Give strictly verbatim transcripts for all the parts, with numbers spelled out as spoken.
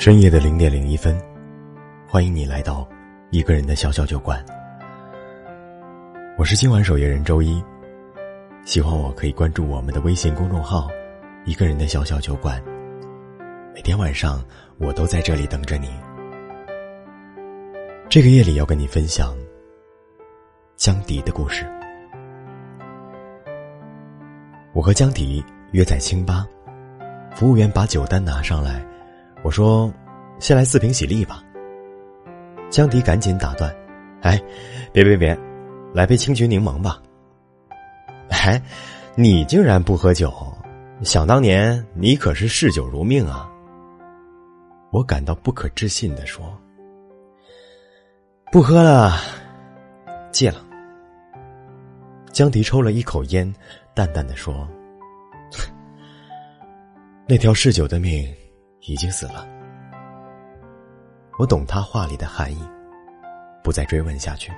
深夜的零点零一分，欢迎你来到一个人的小小酒馆。我是今晚守夜人周一，喜欢我可以关注我们的微信公众号一个人的小小酒馆，每天晚上我都在这里等着你。这个夜里要跟你分享江迪的故事。我和江迪约在清吧，服务员把酒单拿上来，我说先来四瓶喜力吧。江迪赶紧打断，哎，别别别，来杯青桔柠檬吧。哎，你竟然不喝酒，想当年你可是嗜酒如命啊。我感到不可置信地说，不喝了，戒了。江迪抽了一口烟，淡淡地说，那条嗜酒的命已经死了。我懂他话里的含义，不再追问下去。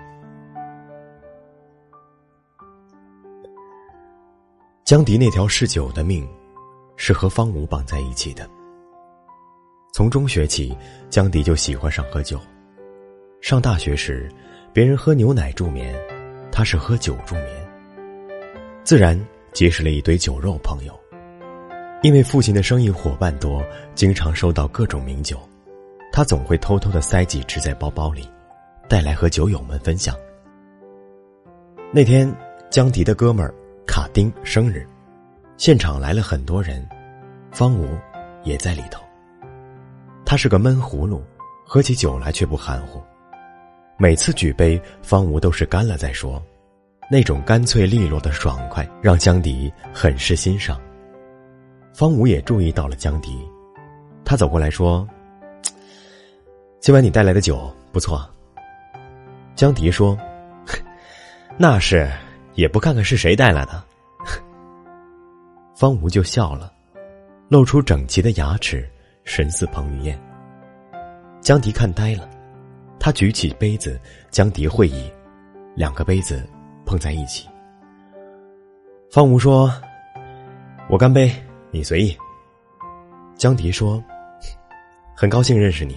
江迪那条嗜酒的命是和方吴绑在一起的。从中学起，江迪就喜欢上喝酒。上大学时，别人喝牛奶助眠，他是喝酒助眠，自然结识了一堆酒肉朋友。因为父亲的生意伙伴多，经常收到各种名酒，他总会偷偷地塞几支在包包里，带来和酒友们分享。那天江迪的哥们儿卡丁生日，现场来了很多人，方吴也在里头。他是个闷葫芦，喝起酒来却不含糊。每次举杯，方吴都是干了再说，那种干脆利落的爽快让江迪很是欣赏。方吴也注意到了江迪，他走过来说，今晚你带来的酒不错。江迪说，那是，也不看看是谁带来的。方吴就笑了，露出整齐的牙齿，神似彭于晏。江迪看呆了，他举起杯子，江迪会意，两个杯子碰在一起。方吴说，我干杯，你随意。江迪说，很高兴认识你。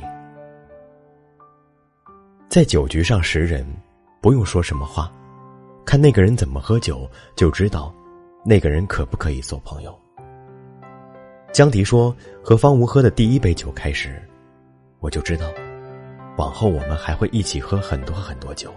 在酒局上识人，不用说什么话，看那个人怎么喝酒，就知道那个人可不可以做朋友。江迪说，和方吴喝的第一杯酒开始，我就知道往后我们还会一起喝很多很多酒。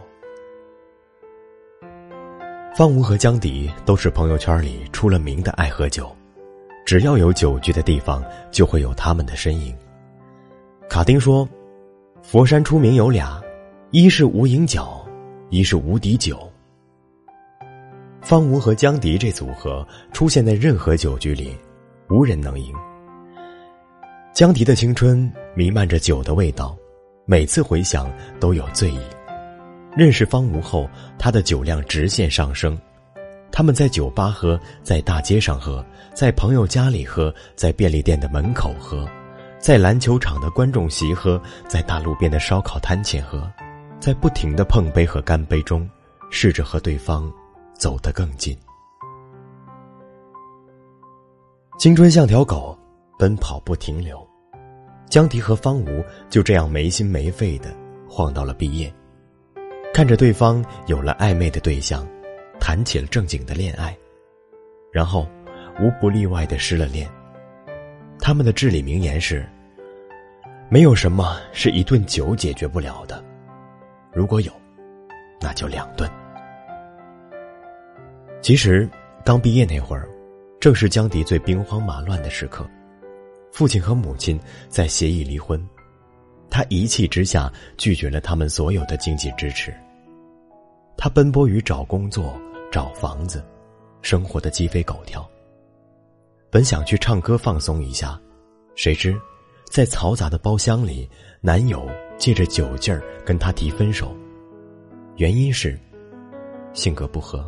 方吴和江迪都是朋友圈里出了名的爱喝酒，只要有酒局的地方就会有他们的身影。卡丁说，佛山出名有俩，一是无影脚，一是无敌酒。方吴和江迪这组合出现在任何酒局里，无人能赢。江迪的青春弥漫着酒的味道，每次回想都有醉意。认识方吴后，他的酒量直线上升。他们在酒吧喝，在大街上喝，在朋友家里喝，在便利店的门口喝，在篮球场的观众席喝，在大路边的烧烤摊前喝，在不停的碰杯和干杯中，试着和对方走得更近。青春像条狗，奔跑不停留。江迪和方吴就这样没心没肺的晃到了毕业，看着对方有了暧昧的对象，谈起了正经的恋爱，然后无不例外的失了恋。他们的至理名言是，没有什么是一顿酒解决不了的，如果有，那就两顿。其实刚毕业那会儿，正是江迪最兵荒马乱的时刻。父亲和母亲在协议离婚，他一气之下拒绝了他们所有的经济支持。他奔波于找工作、找房子，生活的鸡飞狗跳。本想去唱歌放松一下，谁知在嘈杂的包厢里，男友借着酒劲儿跟他提分手，原因是性格不合。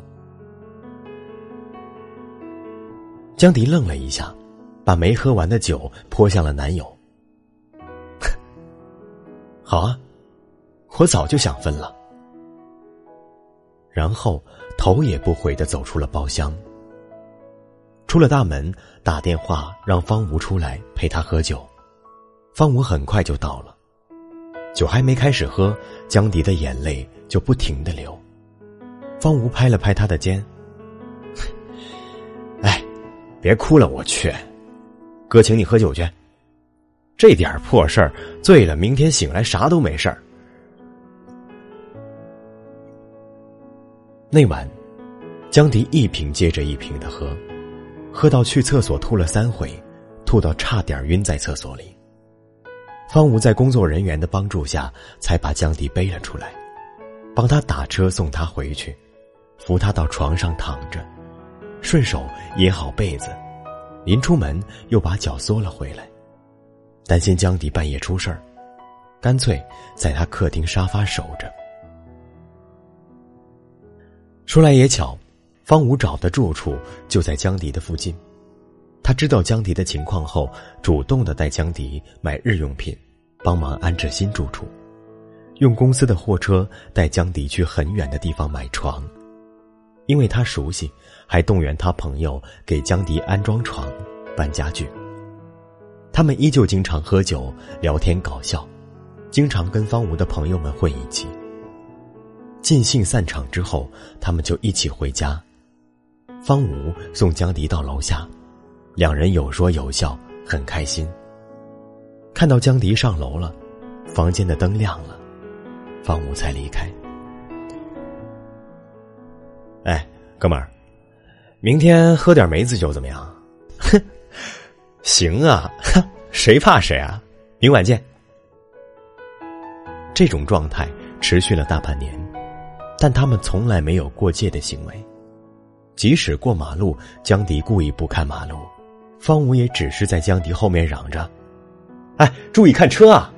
江迪愣了一下，把没喝完的酒泼向了男友。好啊，我早就想分了。然后头也不回地走出了包厢。出了大门，打电话让方吴出来陪他喝酒。 方武很快就到了，酒还没开始喝，江迪的眼泪就不停地流。方武拍了拍他的肩，哎，别哭了，我去，哥请你喝酒去。这点破事儿，醉了明天醒来啥都没事儿。那晚，江迪一瓶接着一瓶的喝，喝到去厕所吐了三回，吐到差点晕在厕所里。方武在工作人员的帮助下，才把江迪背了出来，帮他打车送他回去，扶他到床上躺着，顺手掖好被子，临出门又把脚缩了回来，担心江迪半夜出事儿，干脆在他客厅沙发守着。说来也巧，方武找的住处就在江迪的附近。他知道江迪的情况后，主动地带江迪买日用品，帮忙安置新住处，用公司的货车带江迪去很远的地方买床。因为他熟悉，还动员他朋友给江迪安装床、搬家具。他们依旧经常喝酒、聊天搞笑，经常跟方武的朋友们混一起。尽兴散场之后，他们就一起回家。方武送江迪到楼下，两人有说有笑，很开心。看到江迪上楼了，房间的灯亮了，方武才离开。哎，哥们儿，明天喝点梅子酒怎么样？哼，行啊，谁怕谁啊？明晚见。这种状态持续了大半年，但他们从来没有过界的行为。即使过马路，江迪故意不看马路，方武也只是在江迪后面嚷着：“哎，注意看车啊！”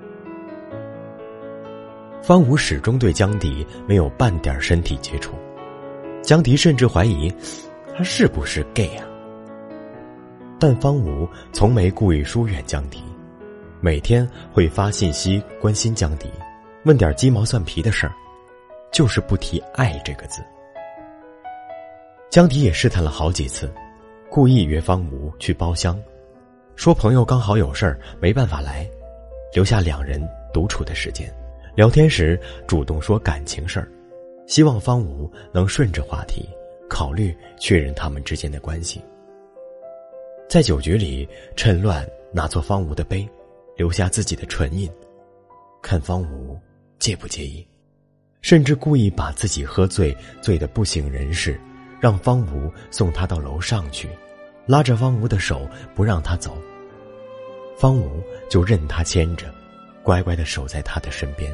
方武始终对江迪没有半点身体接触，江迪甚至怀疑他是不是 gay 啊。但方武从没故意疏远江迪，每天会发信息关心江迪，问点鸡毛蒜皮的事儿，就是不提爱这个字。江迪也试探了好几次，故意约方武去包厢，说朋友刚好有事儿没办法来，留下两人独处的时间。聊天时主动说感情事儿，希望方武能顺着话题考虑确认他们之间的关系。在酒局里趁乱拿错方武的杯，留下自己的唇印，看方武介不介意，甚至故意把自己喝醉醉得不省人事，让方武送他到楼上去，拉着方武的手不让他走，方武就任他牵着，乖乖地守在他的身边。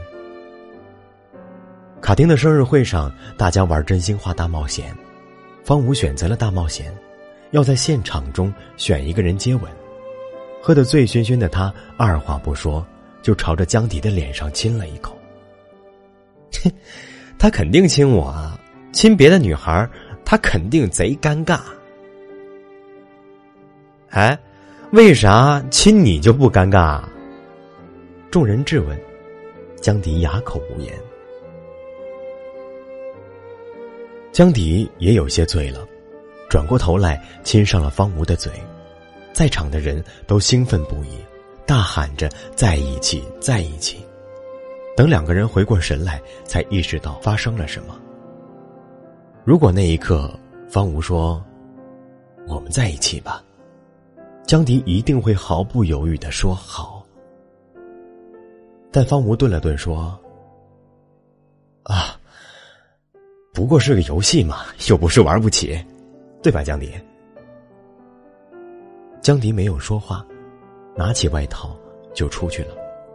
卡丁的生日会上，大家玩真心话大冒险，方武选择了大冒险，要在现场中选一个人接吻。喝得醉醺醺的他二话不说，就朝着江迪的脸上亲了一口。他肯定亲我啊，亲别的女孩他肯定贼尴尬。哎，为啥亲你就不尴尬？众人质问，江迪哑口无言。江迪也有些醉了，转过头来亲上了方吴的嘴，在场的人都兴奋不已，大喊着在一起在一起。等两个人回过神来，才意识到发生了什么。如果那一刻方吴说我们在一起吧，江迪一定会毫不犹豫地说好。但方吴顿了顿说啊，不过是个游戏嘛，又不是玩不起，对吧江迪？江迪没有说话，拿起外套就出去了。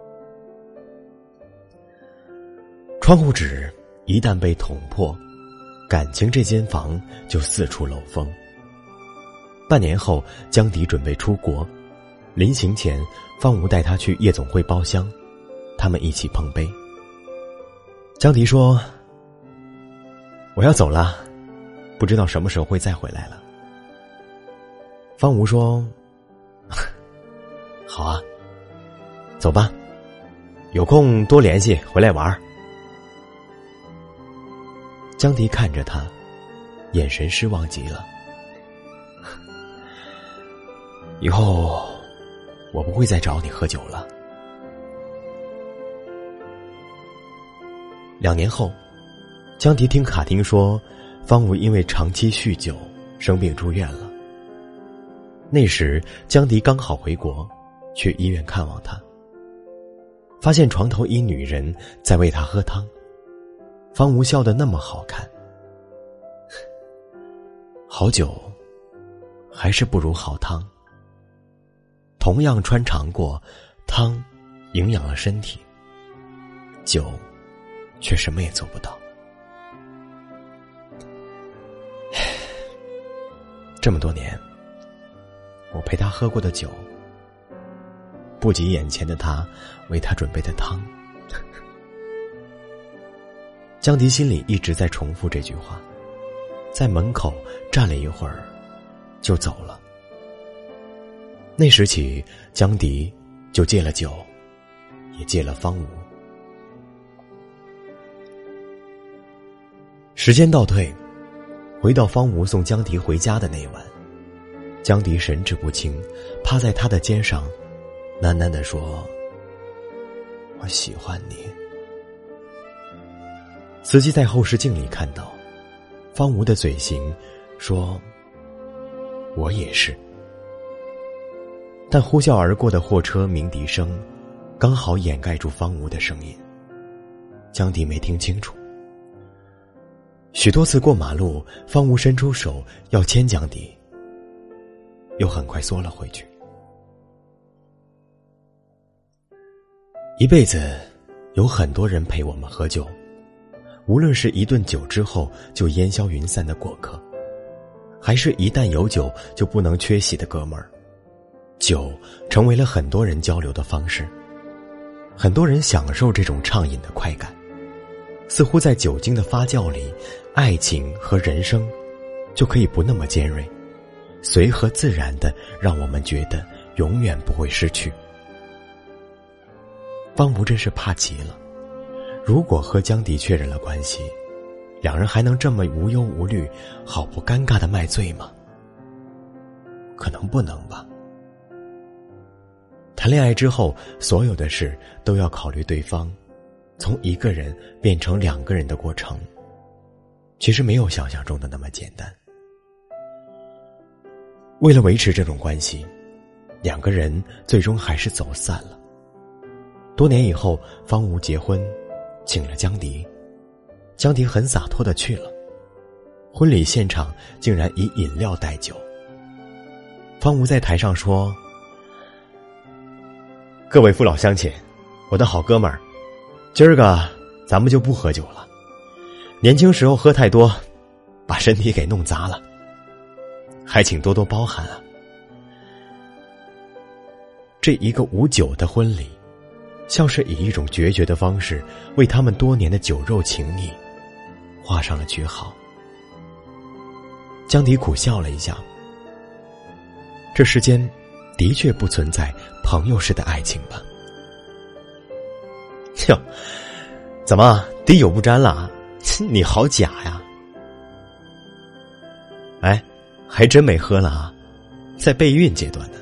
窗户纸一旦被捅破，感情这间房就四处漏风。半年后，江迪准备出国，临行前方吴带他去夜总会包厢，他们一起碰杯。江迪说我要走了，不知道什么时候会再回来了。方吴说好啊，走吧，有空多联系回来玩。江迪看着他，眼神失望极了。以后我不会再找你喝酒了。两年后，江迪听卡汀说，方吴因为长期酗酒生病住院了。那时江迪刚好回国，去医院看望他，发现床头一女人在喂他喝汤，方吴笑得那么好看。好酒还是不如好汤，同样穿肠过，汤营养了身体，酒却什么也做不到。这么多年，我陪他喝过的酒，不及眼前的他为他准备的汤。江迪心里一直在重复这句话，在门口站了一会儿就走了。那时起，江迪就戒了酒，也戒了方吴。时间倒退，回到方吴送江迪回家的那晚，江迪神志不清，趴在他的肩上喃喃地说，我喜欢你。司机在后视镜里看到方吴的嘴型说，我也是。但呼啸而过的货车鸣笛声刚好掩盖住方吴的声音，江迪没听清楚。许多次过马路，方吴伸出手要牵江迪，又很快缩了回去。一辈子有很多人陪我们喝酒，无论是一顿酒之后就烟消云散的过客，还是一旦有酒就不能缺席的哥们儿，酒成为了很多人交流的方式。很多人享受这种畅饮的快感，似乎在酒精的发酵里，爱情和人生就可以不那么尖锐，随和自然的让我们觉得永远不会失去。方吴真是怕极了，如果和江迪确认了关系，两人还能这么无忧无虑，毫不尴尬的卖醉吗？可能不能吧。谈恋爱之后，所有的事都要考虑对方，从一个人变成两个人的过程，其实没有想象中的那么简单。为了维持这种关系，两个人最终还是走散了。多年以后，方吴结婚，请了江迪，江迪很洒脱地去了。婚礼现场竟然以饮料代酒。方吴在台上说，各位父老乡亲，我的好哥们儿，今儿个咱们就不喝酒了，年轻时候喝太多，把身体给弄砸了，还请多多包涵啊。这一个无酒的婚礼，像是以一种决绝的方式为他们多年的酒肉情谊画上了句号。江迪苦笑了一下，这世间的确不存在朋友式的爱情吧。哟，怎么滴酒不沾了？你好假呀！哎，还真没喝了啊，在备孕阶段呢。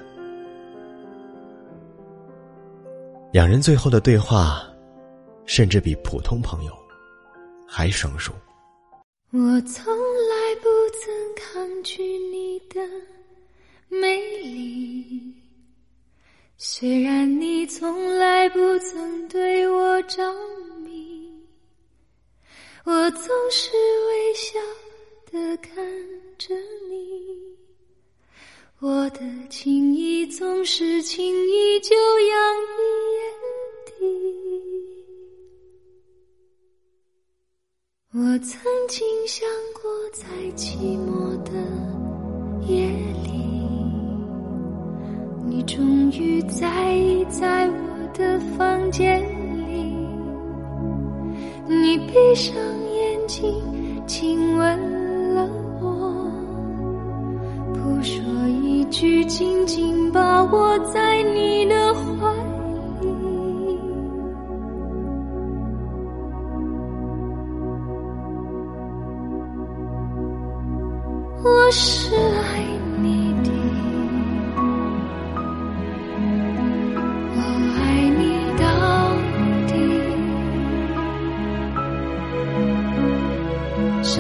两人最后的对话，甚至比普通朋友还生疏。 我从来不曾抗拒你的美丽，虽然你从来不曾对我着迷，我总是微笑地看着你，我的情意总是轻易就洋溢眼底。我曾经想过，在寂寞的夜里，你终于在意在我的房间里，你闭上眼睛亲吻了我，不说一句，紧紧把我在你的怀里。我是爱你的，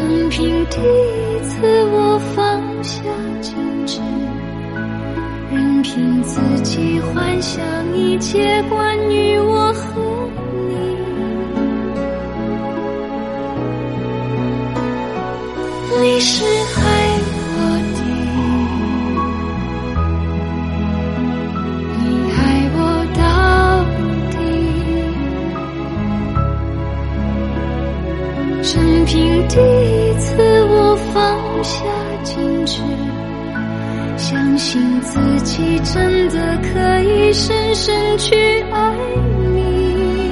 生平第一次我放下矜持，任凭自己幻想一切关于我和你。你是爱我的，你爱我到底。生平第一次我放下矜持，相信自己真的可以深深去爱你。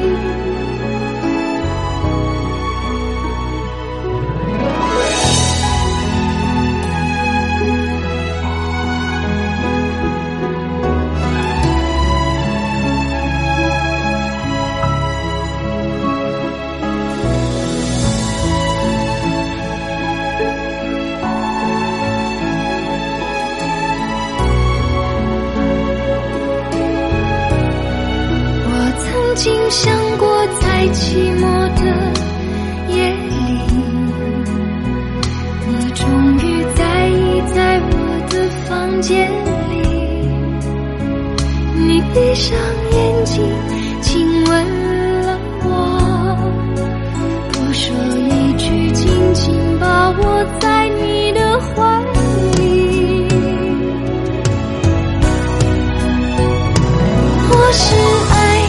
曾经想过在寂寞的夜里，你终于在意在我的房间里，你闭上眼睛亲吻了我，多说一句紧紧把我在你的怀里。我是爱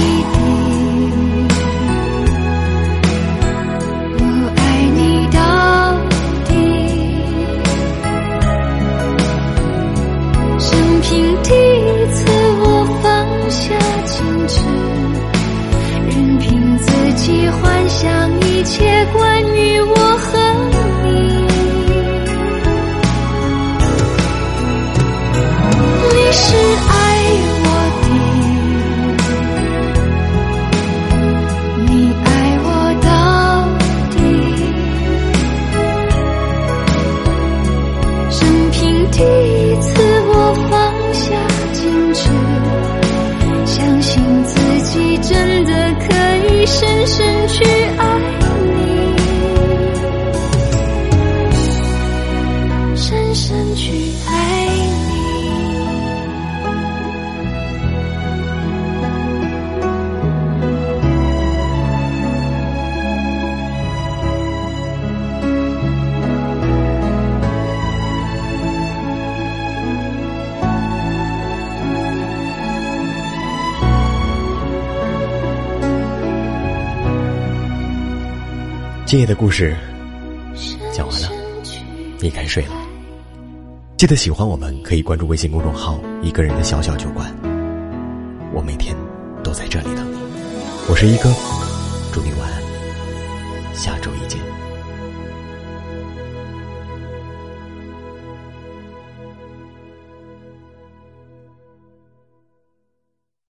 幻想一切关于我和你。你是爱我的，你爱我到底。生平第一次我放下矜持，相信自己真的可以深深去爱你，深深去爱你。 今夜的故事讲完了，你该睡了。记得喜欢我们可以关注微信公众号一个人的小小酒馆，我每天都在这里等你。我是一哥，祝你晚安，下周一见。